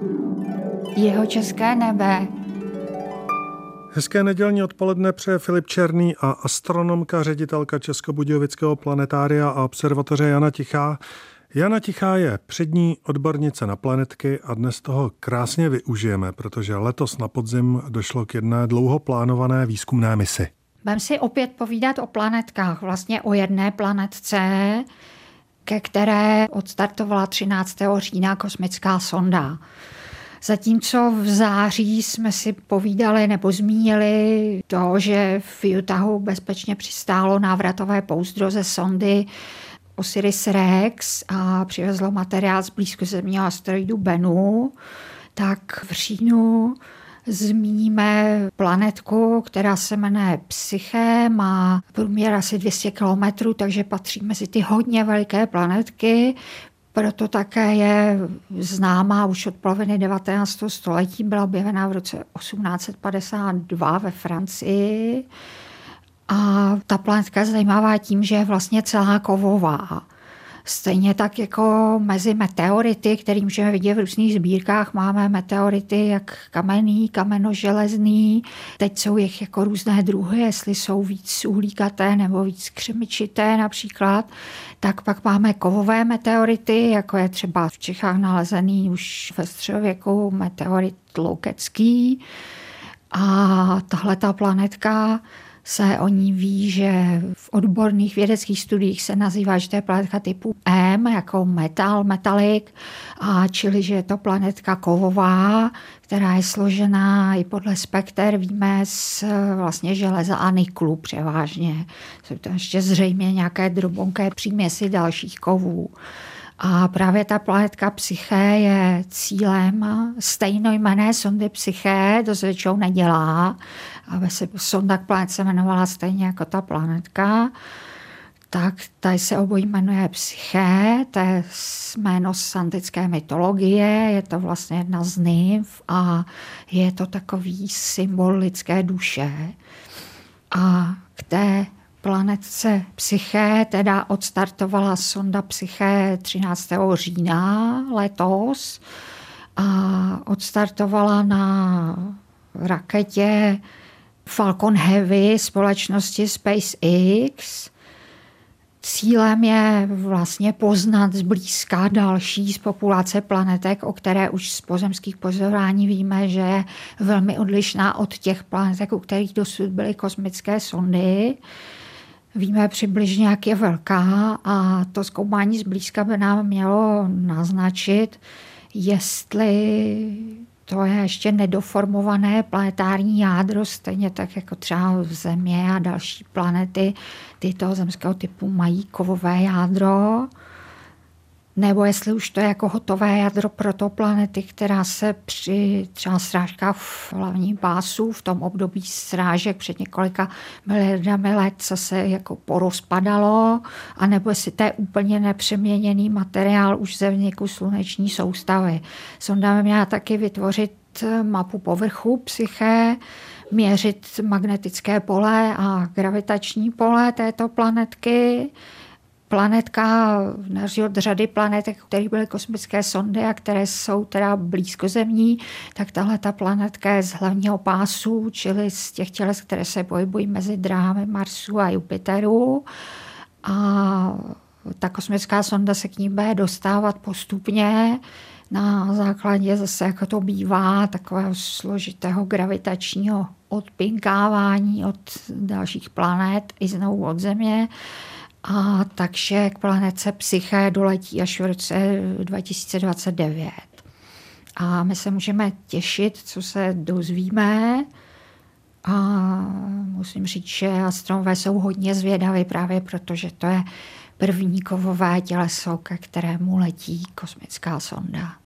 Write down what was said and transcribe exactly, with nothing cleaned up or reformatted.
Jihočeské nebe. Hezké nedělní odpoledne přeje Filip Černý a astronomka, ředitelka Českobudějovického planetária a observatoře Jana Tichá. Jana Tichá je přední odbornice na planetky a dnes toho krásně využijeme, protože letos na podzim došlo k jedné dlouho plánované výzkumné misi. Budeme si opět povídat o planetkách, vlastně o jedné planetce, ke které odstartovala třináctého října kosmická sonda. Zatímco v září jsme si povídali nebo zmínili to, že v Utahu bezpečně přistálo návratové pouzdro ze sondy Osiris-Rex a přivezlo materiál z blízkozemního asteroidu Bennu, tak v říjnu zmíníme planetku, která se jmenuje Psyche, má průměr asi dvě stě kilometrů, takže patří mezi ty hodně veliké planetky. Proto také je známá už od poloviny devatenáctého století, byla objevená v roce osmnáct set padesát dva ve Francii. A ta planetka je zajímavá tím, že je vlastně celá kovová. Stejně tak jako mezi meteority, který můžeme vidět v různých sbírkách, máme meteority jak kamenný, kamenoželezný. Teď jsou jich jako různé druhy, jestli jsou víc uhlíkaté nebo víc křemičité například. Tak pak máme kovové meteority, jako je třeba v Čechách nalezený už ve středověku meteorit Loukecký. A tahle ta planetka se o ní ví, že v odborných vědeckých studiích se nazývá, že to je planetka typu M, jako metal, metalik, a čili, že je to planetka kovová, která je složená i podle spekter, víme, z vlastně železa a niklu převážně. Jsou tam ještě zřejmě nějaké drobonké příměsi dalších kovů. A právě ta planetka Psyche je cílem stejnojmenné sondy Psyche, to se většinou nedělá, aby se sonda k planetce jmenovala stejně jako ta planetka. Tak tady se obojí jmenuje Psyche, to je jméno z antické mytologie, je to vlastně jedna z nymf a je to takový symbol lidské duše. A k té planetce Psyche teda odstartovala sonda Psyche třináctého října letos a odstartovala na raketě Falcon Heavy společnosti SpaceX. Cílem je vlastně poznat zblízka další z populace planetek, o které už z pozemských pozorování víme, že je velmi odlišná od těch planetek, u kterých dosud byly kosmické sondy. Víme přibližně, jak je velká a to zkoumání zblízka by nám mělo naznačit, jestli to je ještě nedoformované planetární jádro, stejně tak jako třeba Země a další planety tyto zemského typu mají kovové jádro, nebo jestli už to je jako hotové jádro protoplanety, která se při třeba srážkách v hlavním pásu v tom období srážek před několika miliardami let, co se jako porozpadalo, anebo jestli to je úplně nepřeměněný materiál už ze vzniku sluneční soustavy. Sonda by měla taky vytvořit mapu povrchu Psyche, měřit magnetické pole a gravitační pole této planetky. Planetka, na rozdíl od řady planetek, které byly kosmické sondy a které jsou teda blízkozemní, tak tahle ta planetka je z hlavního pásu, čili z těch těles, které se pohybují mezi dráhami Marsu a Jupiteru. A ta kosmická sonda se k ní bude dostávat postupně na základě zase, jako to bývá, takového složitého gravitačního odpinkávání od dalších planet i znovu od Země. A takže k planetce Psyche doletí až v roce dva tisíce dvacet devět. A my se můžeme těšit, co se dozvíme. A musím říct, že astronomové jsou hodně zvědaví právě protože to je první kovové těleso, ke kterému letí kosmická sonda.